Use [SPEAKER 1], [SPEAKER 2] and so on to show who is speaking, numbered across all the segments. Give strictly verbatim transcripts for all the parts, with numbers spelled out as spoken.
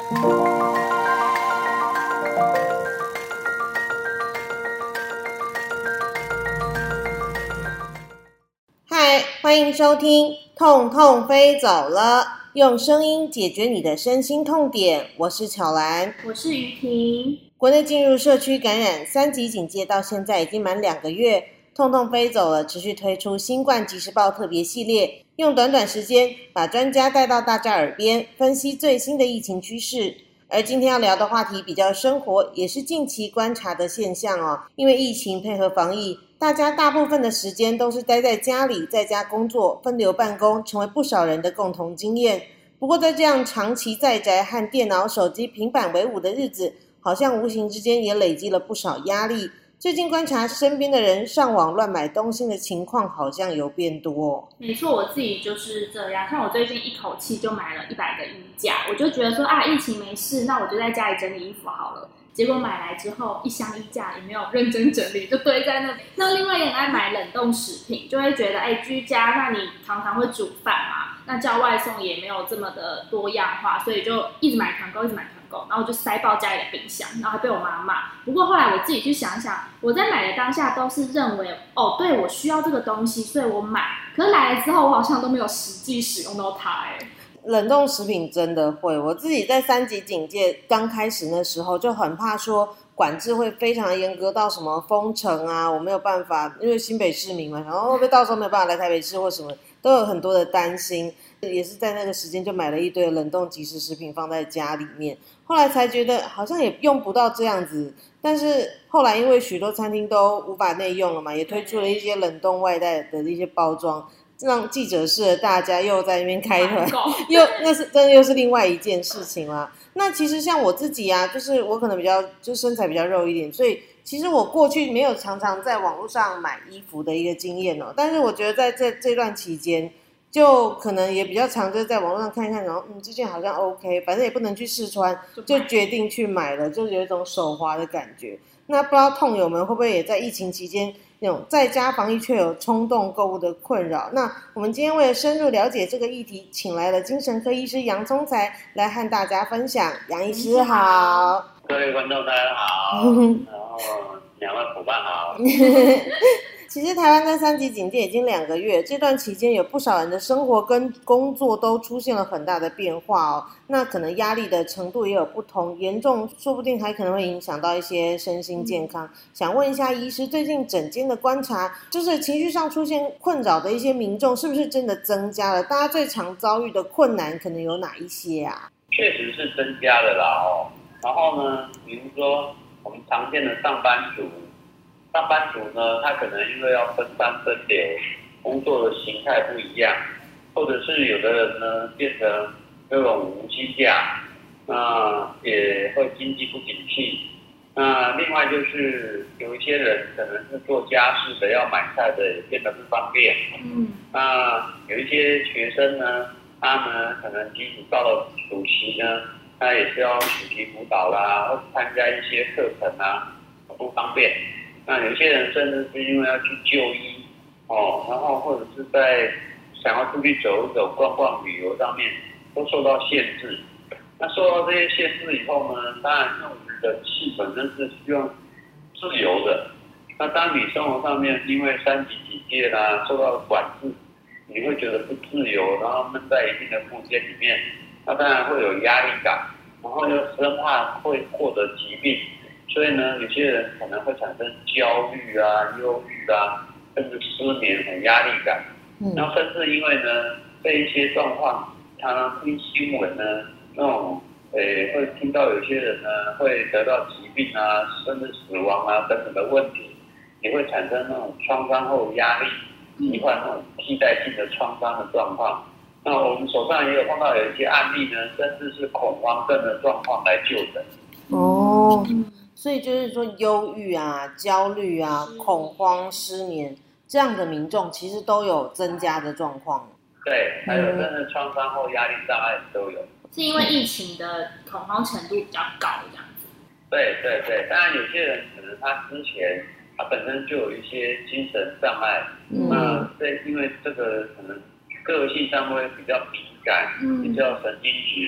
[SPEAKER 1] 嗨，欢迎收听痛痛飞走了，用声音解决你的身心痛点。我是巧兰，
[SPEAKER 2] 我是于婷。
[SPEAKER 1] 国内进入社区感染三级警戒到现在已经满两个月，痛痛飞走了持续推出新冠即时报特别系列，用短短时间把专家带到大家耳边，分析最新的疫情趋势。而今天要聊的话题比较生活，也是近期观察的现象哦。因为疫情配合防疫，大家大部分的时间都是待在家里，在家工作，分流办公，成为不少人的共同经验。不过在这样长期在宅和电脑、手机、平板为伍的日子，好像无形之间也累积了不少压力。最近观察身边的人上网乱买东西的情况好像有变多哦。
[SPEAKER 2] 没错，我自己就是这样。像我最近一口气就买了一百个衣架，我就觉得说啊，疫情没事，那我就在家里整理衣服好了。结果买来之后，一箱衣架也没有认真整理，就堆在那里。那另外也很爱买冷冻食品，就会觉得哎，居家，那你常常会煮饭嘛，那叫外送也没有这么的多样化，所以就一直买团购，一直买团购，然后我就塞爆家里的冰箱，然后还被我妈骂。不过后来我自己去想想，我在买的当下都是认为哦，对，我需要这个东西，所以我买。可是来了之后，我好像都没有实际使用到它，哎。
[SPEAKER 1] 冷冻食品真的会，我自己在三级警戒刚开始那时候就很怕说管制会非常严格到什么封城啊，我没有办法，因为新北市民嘛，然后会不会到时候没有办法来台北市或什么，都有很多的担心。也是在那个时间就买了一堆冷冻即食食品放在家里面，后来才觉得好像也用不到这样子，但是后来因为许多餐厅都无法内用了嘛，也推出了一些冷冻外带的一些包装，让记者式的大家又在那边开团，又那是真的又是另外一件事情啦。那其实像我自己啊，就是我可能比较就身材比较肉一点，所以其实我过去没有常常在网络上买衣服的一个经验哦。但是我觉得在这这段期间，就可能也比较常就是在网络上看一看，然后嗯这件好像 OK， 反正也不能去试穿，就决定去买了，就有一种手滑的感觉。那不知道痛友们会不会也在疫情期间那种在家防疫却有冲动购物的困扰？那我们今天为了深入了解这个议题，请来了精神科医师杨聪才来和大家分享。杨医师好。
[SPEAKER 3] 各位观众大家好，然后两位伙伴好。
[SPEAKER 1] 其实台湾在三级警戒已经两个月，这段期间有不少人的生活跟工作都出现了很大的变化哦。那可能压力的程度也有不同，严重说不定还可能会影响到一些身心健康。嗯、想问一下医师，最近诊间的观察，就是情绪上出现困扰的一些民众，是不是真的增加了？大家最常遭遇的困难可能有哪一些啊？
[SPEAKER 3] 确实是增加了啦哦。然后呢，比如说我们常见的上班族。上班族呢，他可能因为要分班分流，工作的形态不一样，或者是有的人呢变成那种无薪假，那也会经济不景气。那另外就是有一些人可能是做家事的，要买菜的也变得不方便。嗯。那有一些学生呢，他呢可能即使到了暑期呢，他也是要暑期辅导啦，或者参加一些课程啊，不方便。那有些人甚至是因为要去就医哦，然后或者是在想要出去走一走、逛逛旅游上面都受到限制。那受到这些限制以后呢，当然我们人气本身是希望自由的。那当你生活上面因为三级警戒啦受到管制，你会觉得不自由，然后闷在一定的空间里面，那当然会有压力感，然后又生怕会获得疾病。所以呢，有些人可能会产生焦虑啊、忧郁啊，甚至失眠、很压力感。嗯，然后甚至因为呢这一些状况，他听新闻呢，那种诶会听到有些人呢会得到疾病啊，甚至死亡啊等等的问题，也会产生那种创伤后压力、罹患那种替代性的创伤的状况。那我们手上也有碰到有一些案例呢，甚至是恐慌症的状况来就诊。
[SPEAKER 1] 哦。所以就是说，忧郁啊、焦虑啊、恐慌、失眠这样的民众，其实都有增加的状况。
[SPEAKER 3] 对，还有真的创伤后压力障碍都有。
[SPEAKER 2] 是因为疫情的恐慌程度比较高，这样子。
[SPEAKER 3] 对对对，当然有些人可能他之前他本身就有一些精神障碍，嗯、那这因为这个可能个性上会比较敏感，嗯、比较神经质，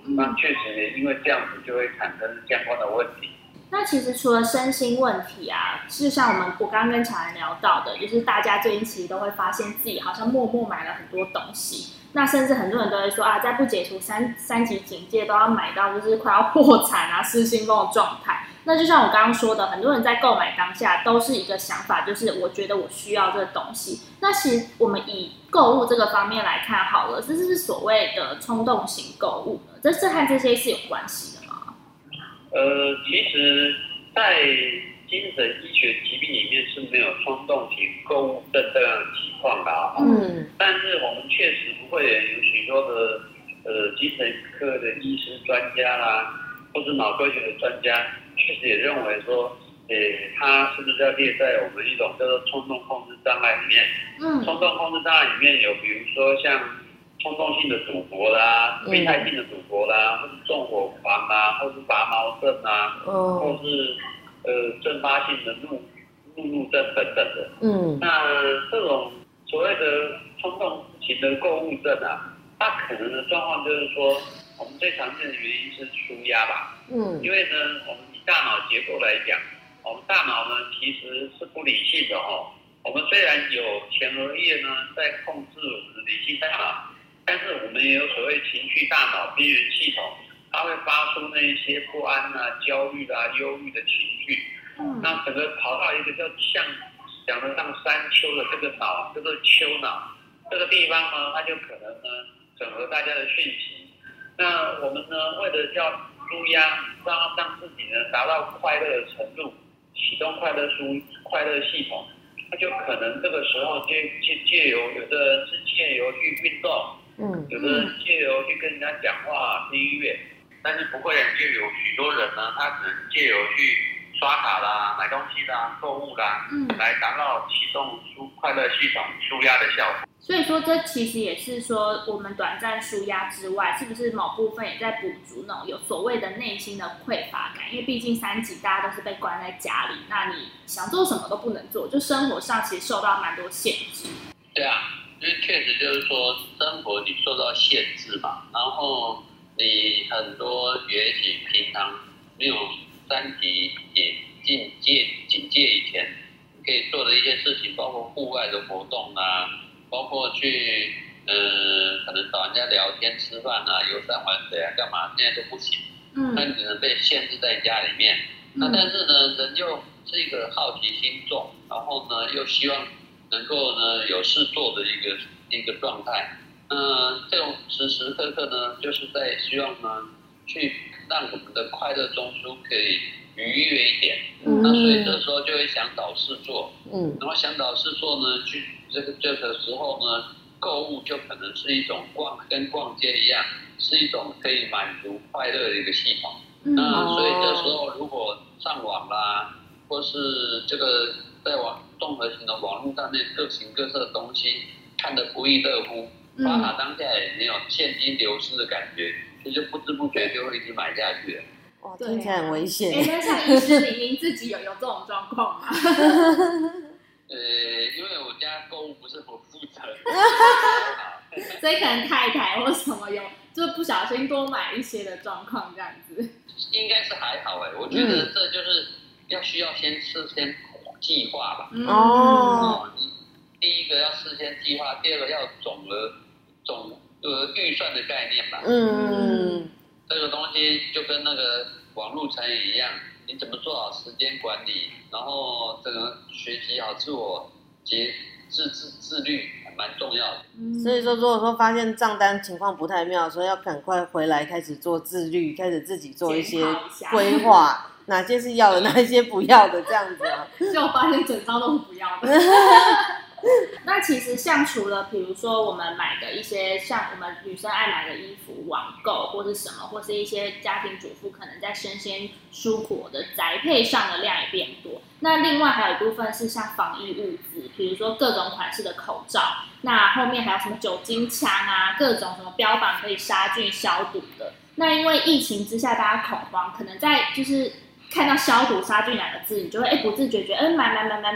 [SPEAKER 3] 那确实也因为这样子就会产生相关的问题。
[SPEAKER 2] 那其实除了身心问题啊，就像我们我刚刚跟乔安聊到的，就是大家最近其实都会发现自己好像默默买了很多东西，那甚至很多人都会说啊，在不解除三三级警戒都要买到就是快要破产啊、失心疯的状态。那就像我刚刚说的，很多人在购买当下都是一个想法，就是我觉得我需要这个东西。那其实我们以购物这个方面来看好了，这是不是所谓的冲动型购物呢？这是和这些是有关系的吗？
[SPEAKER 3] 呃，其实，在精神医学疾病里面是没有冲动型购物症这样的情况的啊。嗯。但是我们确实不会有许多的呃精神科的医师专家啦，或是脑科学的专家。确实也认为说，呃，它是不是要列在我们一种叫做冲动控制障碍里面？嗯，冲动控制障碍里面有，比如说像冲动性的赌博啦、病态性的赌博啦，或是纵火狂啦，或是拔毛症啊，嗯，或是呃阵发性的怒怒怒症等等的。嗯，那这种所谓的冲动型的购物症啊，它可能的状况就是说，我们最常见的原因是舒压吧。嗯，因为呢，我们大脑结构来讲，我们大脑呢其实是不理性的哦。我们虽然有前额叶呢在控制我们的理性大脑，但是我们也有所谓情绪大脑边缘系统，它会发出那一些不安啊、焦虑啊、忧郁的情绪。嗯，那整个跑到一个叫像讲得上山丘的这个脑，这个丘脑这个地方呢，它就可能呢整合大家的讯息。那我们呢为了要舒压，让让自己呢达到快乐的程度，启动快乐舒快乐系统，那就可能这个时候借借借由有的人是借由去运动，嗯，有的人借由去跟人家讲话、听音乐，但是不会就有许多人呢，他可能借由去刷卡啦、买东西啦、购物啦，嗯，来达到启动舒快乐系统舒压的效果。
[SPEAKER 2] 所以说，这其实也是说，我们短暂舒压之外，是不是某部分也在补足那种有所谓的内心的匮乏感？因为毕竟三级大家都是被关在家里，那你想做什么都不能做，就生活上其实受到蛮多限制。
[SPEAKER 3] 对啊，因为确实就是说，生活你受到限制嘛，然后你很多也许平常没有三级也警戒警戒以前，你可以做的一些事情，包括户外的活动啊。包括去，呃，可能找人家聊天、吃饭啊、游山玩水啊，干嘛？现在都不行。嗯。那你只能被限制在家里面。嗯、那但是呢，人又是一个好奇心重，然后呢，又希望能够呢有事做的一个一个状态。嗯、呃，这种时时刻刻呢，就是在希望呢，去让我们的快乐中枢可以愉悦一点。嗯。那所以这时候就会想找事做。嗯。然后想找事做呢，去。这个这个时候呢，购物就可能是一种逛，跟逛街一样，是一种可以满足快乐的一个系统。嗯、那所以这时候如果上网啦，或是这个在网综合型的网络上面各形各色的东西看得不亦乐乎，巴卡当下也没有现金流失的感觉，所以就不知不觉就会一直买下去了。
[SPEAKER 1] 哇，听起来很危险。
[SPEAKER 2] 哎，那像医师李宁自己有有这种状况吗？
[SPEAKER 3] 呃，因为我家购物不是我负责，
[SPEAKER 2] 所以可能太太或什么有就不小心多买一些的状况这样子。
[SPEAKER 3] 应该是还好哎，我觉得这就是要需要先事先计划吧。嗯、哦，你第一个要事先计划，第二个要总额总呃预算的概念吧。嗯，这个东西就跟那个网络成瘾一样。你怎么做好时间管理，然后这个学习好自我节自自自律还蛮重要的。
[SPEAKER 1] 所以说，如果说发现账单情况不太妙的时候，要赶快回来开始做自律，开始自己做一些规划，哪些是要的，哪些不要的，这样子啊。
[SPEAKER 2] 就发现整张都是不要的。那其实像除了比如说我们买的一些像我们女生爱买的衣服网购或是什么，或是一些家庭主妇可能在生鲜蔬果的宅配上的量也变多。那另外还有一部分是像防疫物资，比如说各种款式的口罩，那后面还有什么酒精枪啊，各种什么标榜可以杀菌消毒的。那因为疫情之下大家恐慌，可能在就是看到消毒杀菌两个字，你就会哎不自觉觉得哎买买买买买。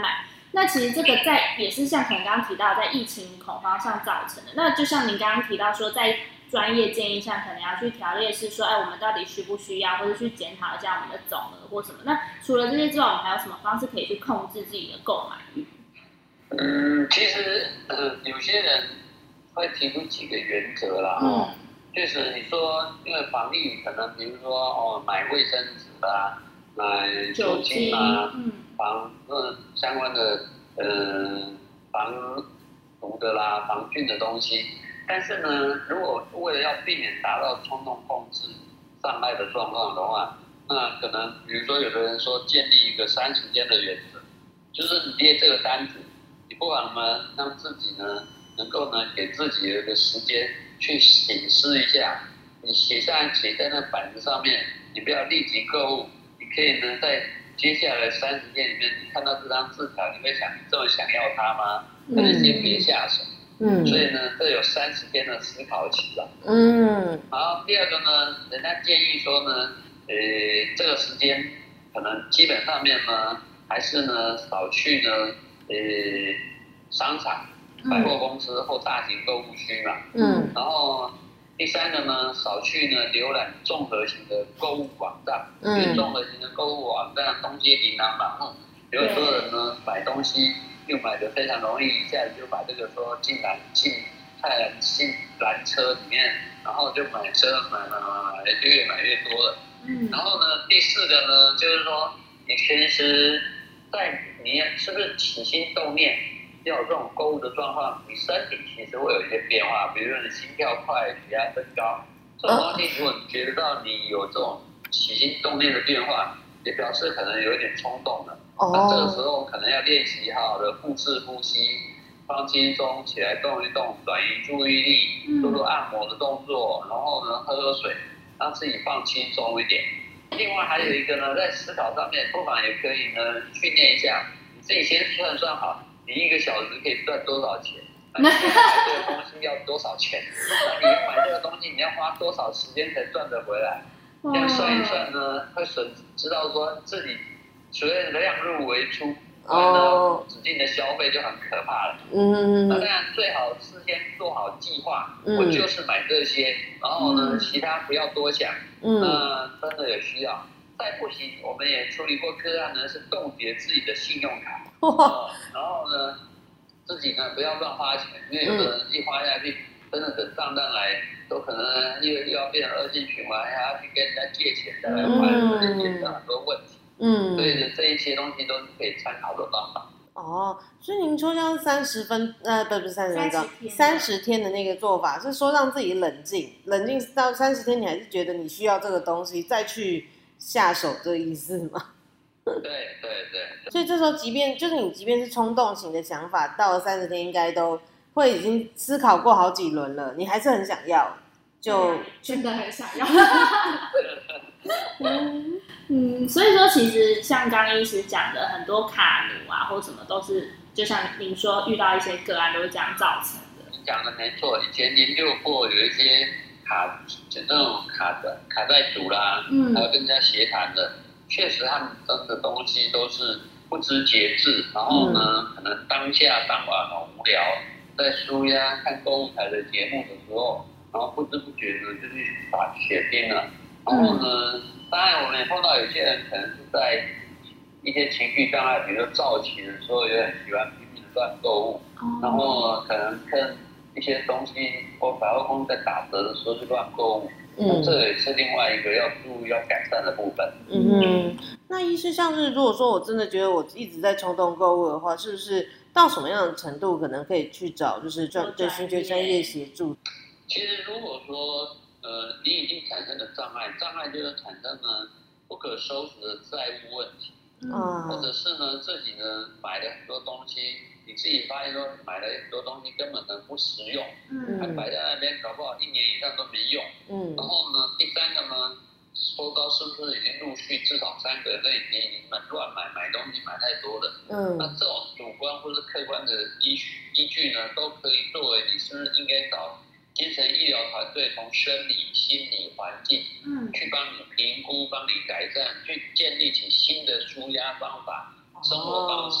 [SPEAKER 2] 那其实这个在也是像可能刚刚提到在疫情恐慌上造成的。那就像您刚刚提到说，在专业建议上可能要去条列是说，哎，我们到底需不需要，或者去检讨一下我们的总额或什么。那除了这些之外，我们还有什么方式可以去控制自己的购买欲？
[SPEAKER 3] 嗯，其实呃，有些人会提出几个原则啦，哦，嗯，就是你说，因为防疫可能比如说哦，买卫生纸啊，买酒精啊，嗯，防呃相关的呃防毒的啦、防菌的东西。但是呢，如果为了要避免达到冲动控制障碍的状况的话，那可能比如说有的人说建立一个三十天的原则，就是你列这个单子。你不妨呢，让自己呢，能够呢，给自己有一个时间去省思一下。你写下写在那板子上面，你不要立即购物。你可以呢，在接下来三十天里面，你看到这张字条，你会想，你这么想要它吗？可能先别下手。嗯。所以呢，这有三十天的思考期了。嗯。好，第二个呢，人家建议说呢，呃，这个时间可能基本上面呢，还是呢，少去呢。呃，商场、百货公司或大型购物区嘛，嗯，然后第三个呢，少去呢浏览综合型的购物网站，嗯，因为综合型的购物网站东街琳琅满目，有很多人呢买东西又买的非常容易，一下子就把这个说进蓝进太蓝进蓝车里面，然后就买车买买买买就越买越多了，嗯，然后呢，第四个呢，就是说你其实。在你是不是起心动念要有这种购物的状况，你身体其实会有一些变化，比如说你心跳快、血压升高，这种东西如果你觉得到你有这种起心动念的变化，也表示可能有一点冲动了。哦。那这个时候可能要练习好好的腹式呼吸，放轻松，起来动一动，转移注意力，做做按摩的动作，然后呢喝喝水，让自己放轻松一点。另外还有一个呢，在思考上面，不妨也可以呢训练一下，你自己先算算好，你一个小时可以赚多少钱，那你买这个东西要多少钱，那你买这个东西你要花多少时间才赚得回来？这样算一算呢，会损知道说自己所谓的量入为出，不然呢无止境的消费就很可怕了。嗯，那当然最好事先做好计划，嗯，我就是买这些，然后呢，嗯，其他不要多想。嗯，那真的有需要，再不行，我们也处理过个案呢，是冻结自己的信用卡，哦，然后呢，自己呢不要乱花钱，因为有的人一花下去，真的等账单来，都可能又又要变成恶性循环，还要去跟人家借钱再来还，会衍生很多问题。嗯，所以这一些东西都是可以参考的方法。
[SPEAKER 1] 哦，所以您说像三十分，呃，不不是三十分钟，三十天的那个做法是说让自己冷静，冷静到三十天，你还是觉得你需要这个东西，再去下手，这个意思吗？
[SPEAKER 3] 对对对。
[SPEAKER 1] 所以这时候，即便就是你，即便是冲动型的想法，到了三十天，应该都会已经思考过好几轮了，你还是很想要，就
[SPEAKER 2] 真的很想要。嗯嗯，所以说其实像刚刚医师讲的，很多卡奴啊或什么都是，就像您说遇到一些个案都是这样造成的。
[SPEAKER 3] 你讲的没错，以前研究过有一些卡，就那种卡的卡债族啦，嗯，还有跟人家协谈的，确实他们真的东西都是不知节制，然后呢，嗯，可能当下当晚很无聊，在舒压看购物台的节目的时候，然后不知不觉呢就去打血拼了，然后呢。嗯，当然，我们也碰到有些人可能是在一些情绪障碍，比如说躁期的时候，也很喜欢拼命乱购物，哦，然后可能看一些东西或百货公司在打折的时候就乱购物，嗯，这也是另外一个要注意要改善的部分。
[SPEAKER 1] 嗯，那医师像是如果说我真的觉得我一直在冲动购物的话，是不是到什么样的程度可能可以去找就是专对寻求专业协助？
[SPEAKER 3] 其实如果说呃，你已经产生了障碍，障碍就是产生了不可收拾的债务问题，嗯，或者是呢自己呢买了很多东西，你自己发现说买了很多东西根本呢不实用，嗯，还摆在那边，搞不好一年以上都没用，嗯，然后呢第三个呢，收到是不是已经陆续至少三个人已经已经买乱买买东西买太多了，嗯，那这种主观或是客观的依据依据呢，都可以作为你是不是应该找精神医疗团队从生理、心理、环境，嗯，去帮你评估、帮你改善，去建立起新的舒压方法、生活方式，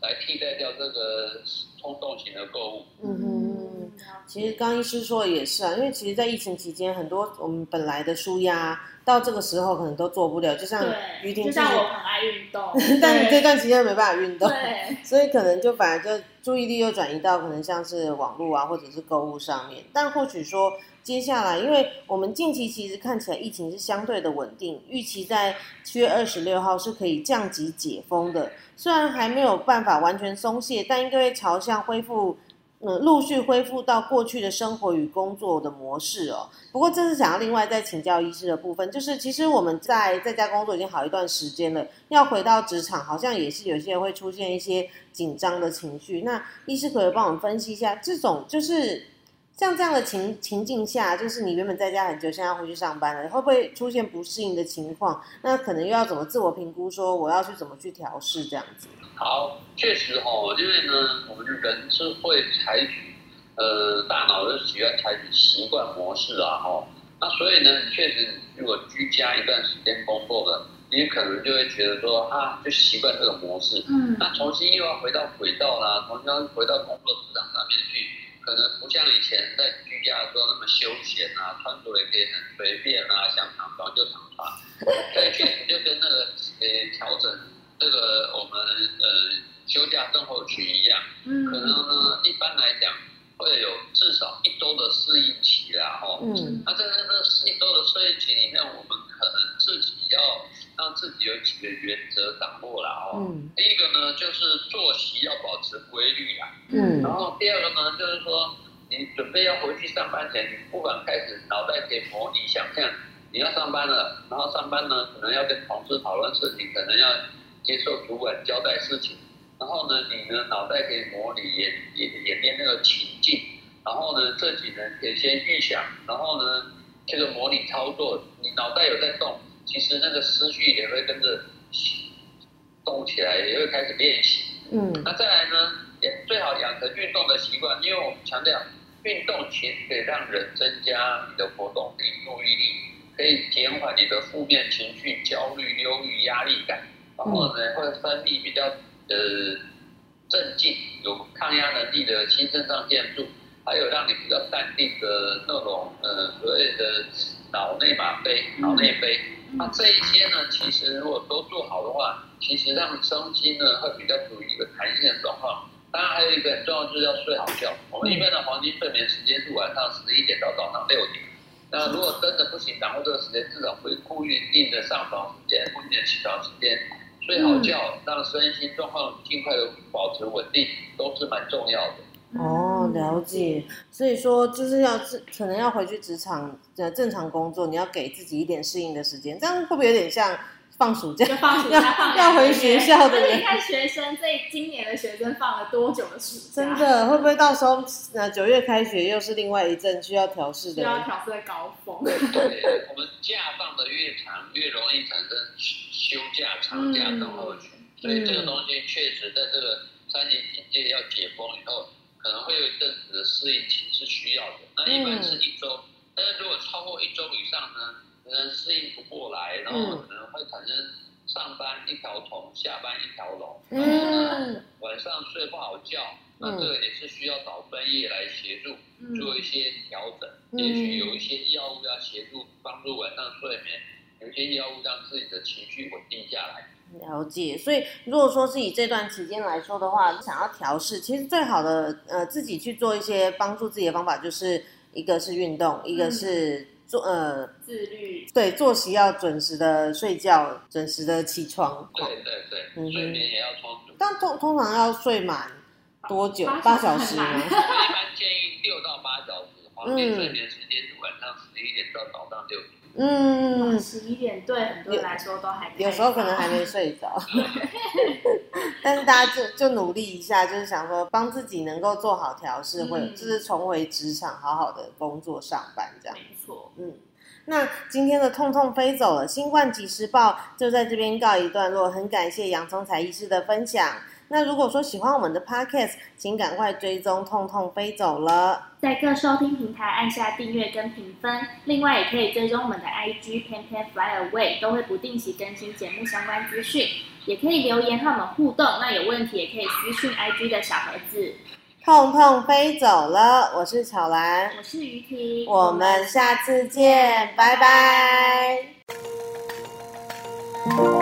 [SPEAKER 3] 来替代掉这个冲动型的购物。
[SPEAKER 1] 嗯哼，其实刚医师说的也是啊，因为其实，在疫情期间，很多我们本来的舒压，到这个时候可能都做不了。就像于婷，
[SPEAKER 2] 就像我很爱运动，
[SPEAKER 1] 但你这段期间没办法运动，
[SPEAKER 2] 对，
[SPEAKER 1] 所以可能就反而就注意力又转移到可能像是网络啊，或者是购物上面。但或许说接下来，因为我们近期其实看起来疫情是相对的稳定，预期在七月二十六号是可以降级解封的。虽然还没有办法完全松懈，但应该会朝向恢复，嗯，陆续恢复到过去的生活与工作的模式哦。不过这是想要另外再请教医师的部分，就是其实我们在在家工作已经好一段时间了，要回到职场，好像也是有些人会出现一些紧张的情绪。那医师可不可以帮我们分析一下，这种就是像这样的情情境下，就是你原本在家很久，现在要回去上班了，会不会出现不适应的情况？那可能又要怎么自我评估，说我要去怎么去调试这样子？
[SPEAKER 3] 好，确实哦，因为呢，我们人是会采取，呃，大脑是喜欢采取习惯模式啊，哈，那所以呢，确实如果居家一段时间工作了，你可能就会觉得说啊，就习惯这个模式，嗯，那重新又要回到轨道啦，重新要回到工作职场上面去，可能不像以前在居家的时候那么休闲啊，穿着也可以很随便啊，想躺床就躺床，所以确实就跟那个呃调整。这个我们呃休假症候群一样，嗯，可能呢一般来讲会有至少一周的适应期啦，吼，嗯，那在这个一周的适应期里面，我们可能自己要让自己有几个原则掌握啦，哦，嗯，第一个呢就是作息要保持规律啦，嗯，然后第二个呢就是说你准备要回去上班前，你不管开始脑袋可以模拟想象你要上班了，然后上班呢可能要跟同事讨论事情，可能要接受主管交代事情，然后呢，你呢脑袋可以模拟演演演练那个情境，然后呢自己呢可以先预想，然后呢这个模拟操作，你脑袋有在动，其实那个思绪也会跟着动起来，也会开始练习。嗯，那再来呢，也最好养成运动的习惯，因为我们强调运动其实可以让人增加你的活动力、注意力，可以减缓你的负面情绪、焦虑、忧郁、压力感。然后呢，会分泌比较呃镇静、有抗压能力的新肾上腺素，还有让你比较淡定的那种呃所谓的脑内吗啡、脑内啡。那这一些呢，其实如果都做好的话，其实让身心呢会比较处于一个弹性的状况。当然还有一个很重要就是要睡好觉。我们一般的黄金睡眠时间是晚上十一点到早上六点。那如果真的不行，掌握这个时间，至少会固定的上床时间、固定的起床时间。睡好觉，让身心状况尽快的保持稳定，都是蛮重要的。
[SPEAKER 1] 哦，了解。所以说，就是要可能要回去职场呃正常工作，你要给自己一点适应的时间，这样会不会有点像放暑假？
[SPEAKER 2] 就放暑假，放
[SPEAKER 1] 要回学校的人。
[SPEAKER 2] 你看学生这今年的学生放了多久的暑假？
[SPEAKER 1] 真的，会不会到时候呃九月开学又是另外一阵需要调试的？
[SPEAKER 2] 需要调试的高峰。
[SPEAKER 3] 对，我们假放的越长，越容易产生休假、长假症候群，嗯，所以这个东西确实在这个三级警戒要解封以后，可能会有一阵子的适应期是需要的。那一般是一周，嗯，但是如果超过一周以上呢，可能适应不过来，然后可能会产生上班一条虫，下班一条龙，然后呢，晚上睡不好觉。那这个也是需要找专业来协助，嗯，做一些调整，嗯，也许有一些药物要协助帮助晚上睡眠，有一些药物让自己的情绪稳定下来。
[SPEAKER 1] 了解，所以如果说是以这段期间来说的话，想要调试，其实最好的呃自己去做一些帮助自己的方法，就是一个是运动，一个是做呃
[SPEAKER 2] 自律，
[SPEAKER 1] 对，作息要准时的睡觉，准时的起床。
[SPEAKER 3] 对对对，嗯，睡眠也要充足。
[SPEAKER 1] 但通通常要睡满多久？八小时吗？
[SPEAKER 3] 一般建议六到八小时，黄金睡眠时间是晚上十一点到早上六点。
[SPEAKER 1] 嗯，
[SPEAKER 2] 十一点对很多人来说都还
[SPEAKER 1] 有时候可能还没睡着，但是大家就就努力一下，就是想说帮自己能够做好调试，会、嗯、就是重回职场，好好的工作上班这样。
[SPEAKER 2] 没错，
[SPEAKER 1] 嗯。那今天的痛痛飞走了，新冠即时报就在这边告一段落，很感谢杨聪财医师的分享。 那如果说喜欢我们的 podcast， 请赶快追踪痛痛飞走了，
[SPEAKER 2] 在各收听平台按下订阅跟评分，另外也可以追踪我们的 I G Pan Pan Fly Away， 都会不定期更新节目相关资讯，也可以留言和我们互动，那有问题也可以私讯 I G 的小盒子。
[SPEAKER 1] 痛痛飞走了，我是巧兰，
[SPEAKER 2] 我是于婷，
[SPEAKER 1] 我们下次见，拜拜。